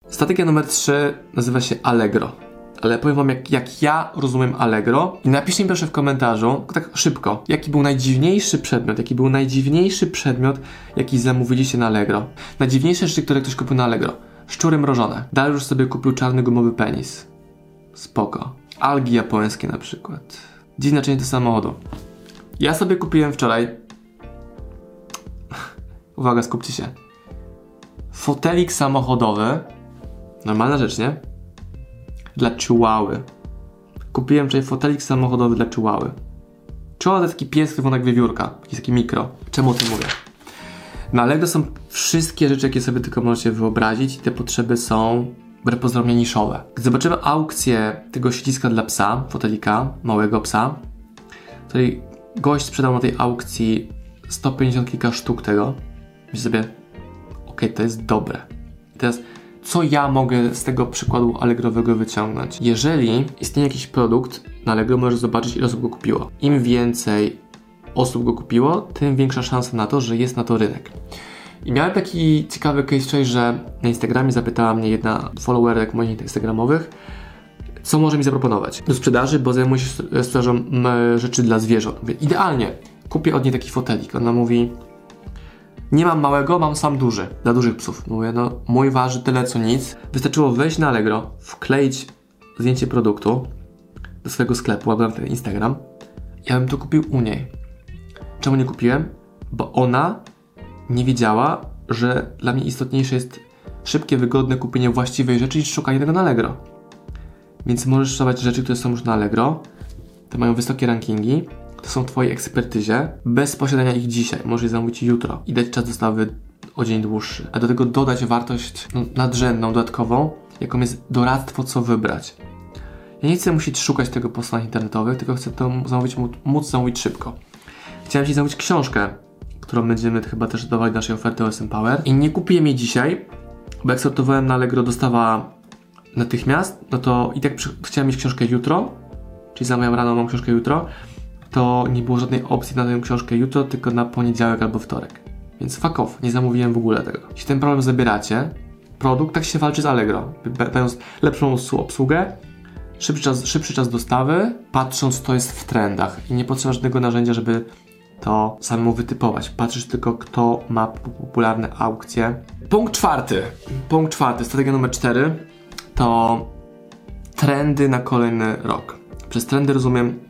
Strategia numer 3 nazywa się Allegro. Ale powiem wam, jak ja rozumiem Allegro. I napiszcie mi proszę w komentarzu, tak szybko, jaki był najdziwniejszy przedmiot, jaki zamówiliście na Allegro. Najdziwniejsze rzeczy, które ktoś kupił na Allegro. Szczury mrożone. Dariusz sobie kupił czarny gumowy penis. Spoko. Algi japońskie na przykład. Dziwne naczynie do samochodu. Ja sobie kupiłem wczoraj... Uwaga, skupcie się. Fotelik samochodowy. Normalna rzecz, nie? Dla chihuahy. Kupiłem wczoraj fotelik samochodowy dla chihuahy. Chihuahua to taki pies, który wygląda jak wiewiórka. Taki mikro. Czemu o tym mówię? Na Allegro są wszystkie rzeczy, jakie sobie tylko możecie wyobrazić. I te potrzeby są bezpośrednio niszowe. Gdy zobaczymy aukcję tego siedziska dla psa, fotelika, małego psa, której gość sprzedał na tej aukcji 150 kilka sztuk tego. Myślę sobie, okej, to jest dobre. I teraz, co ja mogę z tego przykładu allegrowego wyciągnąć? Jeżeli istnieje jakiś produkt na Allegro, możesz zobaczyć, ile osób go kupiło. Im więcej osób go kupiło, tym większa szansa na to, że jest na to rynek. I miałem taki ciekawy case wczoraj, że na Instagramie zapytała mnie jedna followerek moich instagramowych, co może mi zaproponować do sprzedaży, bo zajmuję się sprzedażą rzeczy dla zwierząt. Mówię, idealnie, kupię od niej taki fotelik. Ona mówi, nie mam małego, mam sam duży, dla dużych psów. Mówię, no mój waży tyle co nic. Wystarczyło wejść na Allegro, wkleić zdjęcie produktu do swojego sklepu albo na ten Instagram. Ja bym to kupił u niej. Czemu nie kupiłem? Bo ona nie wiedziała, że dla mnie istotniejsze jest szybkie, wygodne kupienie właściwej rzeczy niż szukanie tego na Allegro. Więc możesz szukać rzeczy, które są już na Allegro, te mają wysokie rankingi, to są w twojej ekspertyzie, bez posiadania ich dzisiaj. Możesz je zamówić jutro i dać czas dostawy o dzień dłuższy. A do tego dodać wartość nadrzędną, dodatkową, jaką jest doradztwo, co wybrać. Ja nie chcę musieć szukać tego po stronach internetowych, tylko chcę to móc zamówić szybko. Chciałem ci zamówić książkę, którą będziemy chyba też dodawali do naszej oferty OS Empower. I nie kupiłem jej dzisiaj, bo jak sortowałem na Allegro dostawa natychmiast, no to i tak chciałem mieć książkę jutro, czyli zamawiam rano, mam książkę jutro, to nie było żadnej opcji na tę książkę jutro, tylko na poniedziałek albo wtorek. Więc fuck off, nie zamówiłem w ogóle tego. Jeśli ten problem zabieracie, produkt, tak się walczy z Allegro, dając lepszą obsługę, szybszy czas dostawy, patrząc, co jest w trendach. I nie potrzeba żadnego narzędzia, żeby to samemu wytypować. Patrzysz tylko, kto ma popularne aukcje. Punkt czwarty, strategia numer 4 to trendy na kolejny rok. Przez trendy rozumiem,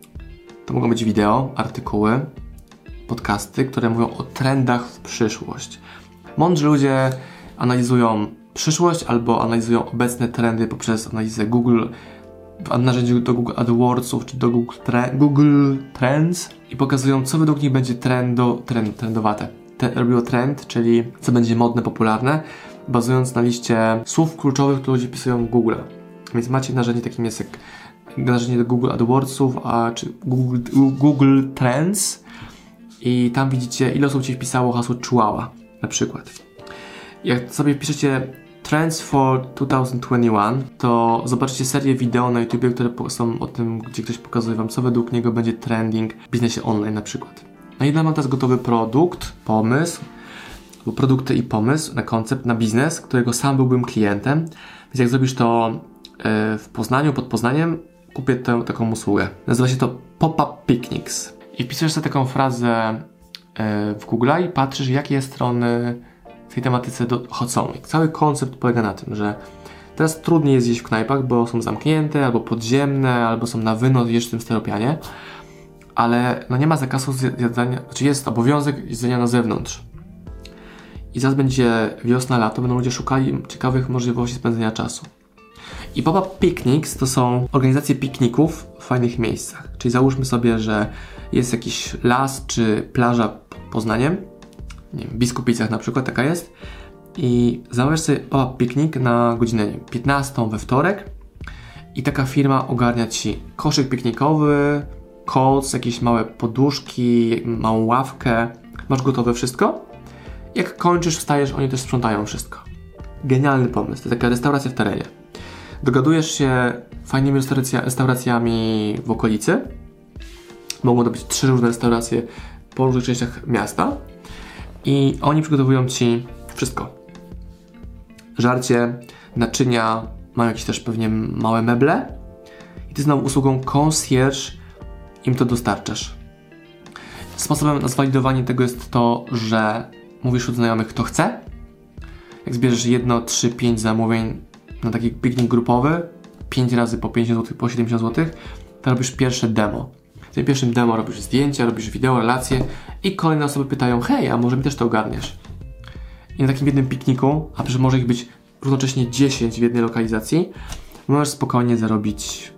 to mogą być wideo, artykuły, podcasty, które mówią o trendach w przyszłość. Mądrzy ludzie analizują przyszłość albo analizują obecne trendy poprzez analizę Google, w narzędziu do Google AdWordsów czy do Google Trends i pokazują, co według nich będzie trendowate. Robiło trend, czyli co będzie modne, popularne, bazując na liście słów kluczowych, które ludzie wpisują w Google. Więc macie narzędzie takim jest jak narzędzie do Google AdWordsów, czy Google Trends i tam widzicie, ile osób ci wpisało hasło Chihuahua na przykład. Jak sobie wpiszecie Trends for 2021, to zobaczycie serię wideo na YouTubie, które są o tym, gdzie ktoś pokazuje wam, co według niego będzie trending w biznesie online na przykład. No i dla mam teraz gotowy produkt, pomysł, albo produkty i pomysł na koncept, na biznes, którego sam byłbym klientem. Więc jak zrobisz to w Poznaniu, pod Poznaniem, kupię taką usługę. Nazywa się to Pop-up Picnics. I wpisujesz sobie taką frazę w Google i patrzysz, jakie strony w tej tematyce są. I cały koncept polega na tym, że teraz trudniej jest jeść w knajpach, bo są zamknięte, albo podziemne, albo są na wynos, jesz w tym styropianie, ale no nie ma zakazu zjadania, znaczy jest obowiązek jedzenia na zewnątrz. I zaraz będzie wiosna, lato, będą ludzie szukali ciekawych możliwości spędzenia czasu. I Pop-up Picnics to są organizacje pikników w fajnych miejscach. Czyli załóżmy sobie, że jest jakiś las czy plaża pod Poznaniem, nie wiem, w Biskupicach na przykład, taka jest, i zamawiasz sobie pop-up piknik na godzinę 15 we wtorek i taka firma ogarnia ci koszyk piknikowy, koc, jakieś małe poduszki, małą ławkę, masz gotowe wszystko. Jak kończysz, wstajesz, oni też sprzątają wszystko. Genialny pomysł, to taka restauracja w terenie. Dogadujesz się fajnymi restauracjami w okolicy. Mogą to być 3 różne restauracje po różnych częściach miasta i oni przygotowują ci wszystko. Żarcie, naczynia, mają jakieś też pewnie małe meble i ty znowu usługą concierge im to dostarczasz. Sposobem na zwalidowanie tego jest to, że mówisz do znajomych, kto chce. Jak zbierzesz 1, 3, 5 zamówień na taki piknik grupowy, 5 razy po 50 zł, po 70 zł, to robisz pierwsze demo. W tym pierwszym demo robisz zdjęcia, robisz wideo, relacje i kolejne osoby pytają, hej, a może mi też to ogarniesz? I na takim jednym pikniku, a przecież może ich być równocześnie 10 w jednej lokalizacji, możesz spokojnie zarobić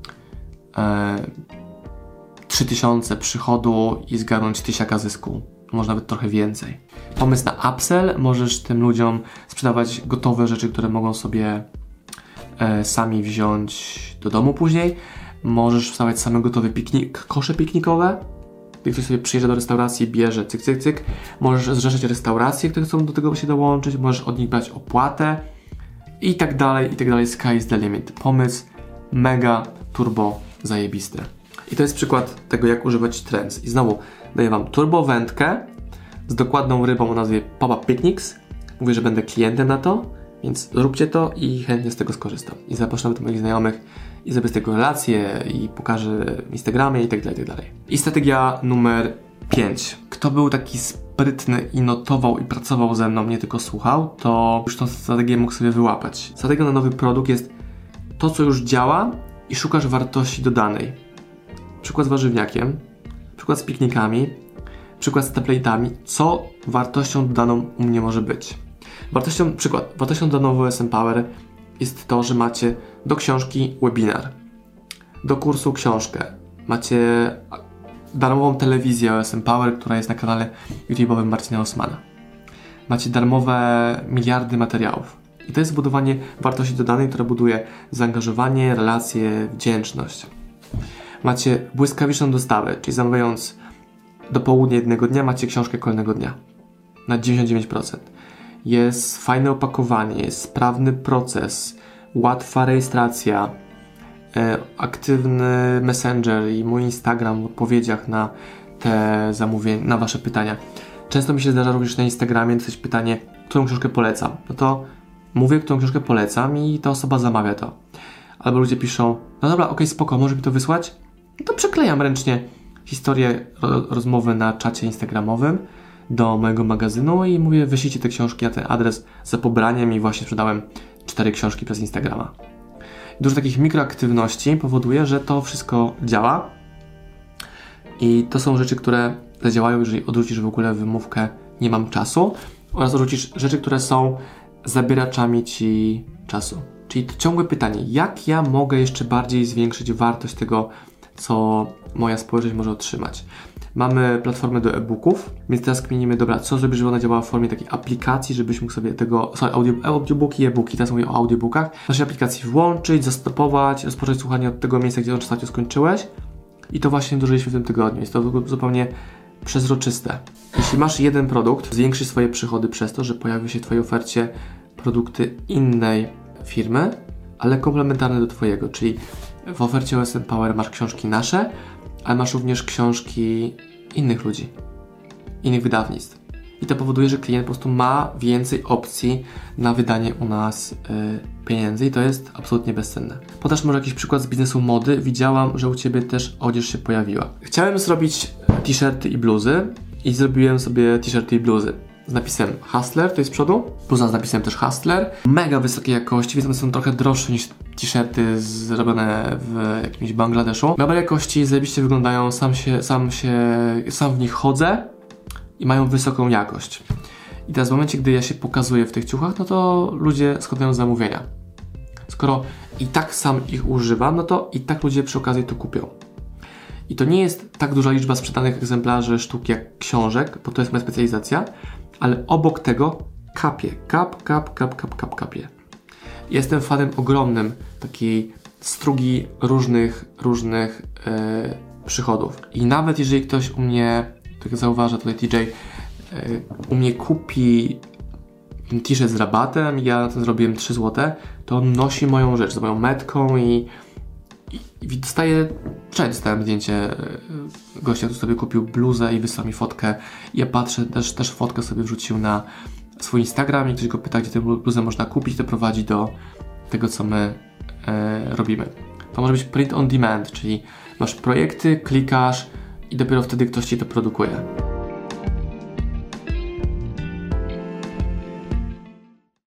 3000 przychodu i zgarnąć 1000 zysku. Może nawet trochę więcej. Pomysł na upsell, możesz tym ludziom sprzedawać gotowe rzeczy, które mogą sobie sami wziąć do domu później. Możesz wstawiać same gotowe kosze piknikowe. Gdy ktoś sobie przyjeżdża do restauracji, bierze cyk, cyk, cyk. Możesz zrzeszać restauracje, które chcą do tego się dołączyć. Możesz od nich brać opłatę i tak dalej, i tak dalej. Sky is the limit. Pomysł mega turbo zajebisty. I to jest przykład tego, jak używać Trends. I znowu daję Wam turbowędkę z dokładną rybą o nazwie Pop-Up Picnics. Mówię, że będę klientem na to, więc zróbcie to i chętnie z tego skorzystam. I zapraszam do moich znajomych i zrobię z tego relacje i pokażę w Instagramie i tak dalej, i tak dalej. I strategia numer 5. Kto był taki sprytny i notował i pracował ze mną, nie tylko słuchał, to już tą strategię mógł sobie wyłapać. Strategia na nowy produkt jest to, co już działa i szukasz wartości dodanej. Przykład z warzywniakiem, przykład z piknikami, przykład z template'ami, co wartością dodaną u mnie może być. Wartością dodaną w OSM Power jest to, że macie do książki webinar, do kursu książkę, macie darmową telewizję OSM Power, która jest na kanale YouTube'owym Marcina Osmana. Macie darmowe miliardy materiałów. I to jest budowanie wartości dodanej, która buduje zaangażowanie, relacje, wdzięczność. Macie błyskawiczną dostawę, czyli zamawiając do południa jednego dnia, macie książkę kolejnego dnia. Na 99%. Jest fajne opakowanie, jest sprawny proces, łatwa rejestracja, aktywny Messenger i mój Instagram w odpowiedziach na te zamówienia, na Wasze pytania. Często mi się zdarza również na Instagramie dostać pytanie, którą książkę polecam. No to mówię, którą książkę polecam i ta osoba zamawia to. Albo ludzie piszą, no dobra, okej, spoko, może mi to wysłać? No to przeklejam ręcznie historię rozmowy na czacie instagramowym do mojego magazynu i mówię, wyślijcie te książki na ten adres za pobraniem i właśnie sprzedałem 4 książki przez Instagrama. Dużo takich mikroaktywności powoduje, że to wszystko działa i to są rzeczy, które zadziałają, jeżeli odrzucisz w ogóle wymówkę nie mam czasu oraz odrzucisz rzeczy, które są zabieraczami Ci czasu. Czyli to ciągłe pytanie, jak ja mogę jeszcze bardziej zwiększyć wartość tego, co moja społeczność może otrzymać. Mamy platformę do e-booków, więc teraz kminimy, dobra, co zrobić, żeby ona działała w formie takiej aplikacji, żebyś mógł sobie audiobooki i e-booki, teraz mówię o audiobookach, w naszej aplikacji włączyć, zastopować, rozpocząć słuchanie od tego miejsca, gdzie ostatnio skończyłeś i to właśnie wdrożyliśmy w tym tygodniu. Jest to zupełnie przezroczyste. Jeśli masz jeden produkt, zwiększysz swoje przychody przez to, że pojawią się w Twojej ofercie produkty innej firmy, ale komplementarne do Twojego, czyli w ofercie OSM Power masz książki nasze, ale masz również książki innych ludzi, innych wydawnictw. I to powoduje, że klient po prostu ma więcej opcji na wydanie u nas pieniędzy i to jest absolutnie bezcenne. Podasz może jakiś przykład z biznesu mody. Widziałam, że u Ciebie też odzież się pojawiła. Chciałem zrobić t-shirty i bluzy i zrobiłem sobie t-shirty i bluzy z napisem Hustler, to jest z przodu, bluza z napisem też Hustler. Mega wysokiej jakości, więc one są trochę droższe niż t-shirty zrobione w jakimś Bangladeszu. Mega jakości, zajebiście wyglądają, sam w nich chodzę i mają wysoką jakość. I teraz w momencie, gdy ja się pokazuję w tych ciuchach, no to ludzie składają zamówienia. Skoro i tak sam ich używam, no to i tak ludzie przy okazji to kupią. I to nie jest tak duża liczba sprzedanych egzemplarzy sztuk jak książek, bo to jest moja specjalizacja, ale obok tego kapie. Kapie. Jestem fanem ogromnym takiej strugi różnych przychodów. I nawet jeżeli ktoś u mnie, tak jak zauważa tutaj TJ, u mnie kupi ten t-shirt z rabatem, ja na tym zrobiłem 3 zł, to on nosi moją rzecz z moją metką i dostaję, wczoraj dostałem zdjęcie gościa, który sobie kupił bluzę i wysłał mi fotkę. Ja patrzę, też fotkę sobie wrzucił na swój Instagram i ktoś go pyta, gdzie tę bluzę można kupić, to prowadzi do tego, co my robimy. To może być print on demand, czyli masz projekty, klikasz i dopiero wtedy ktoś ci to produkuje.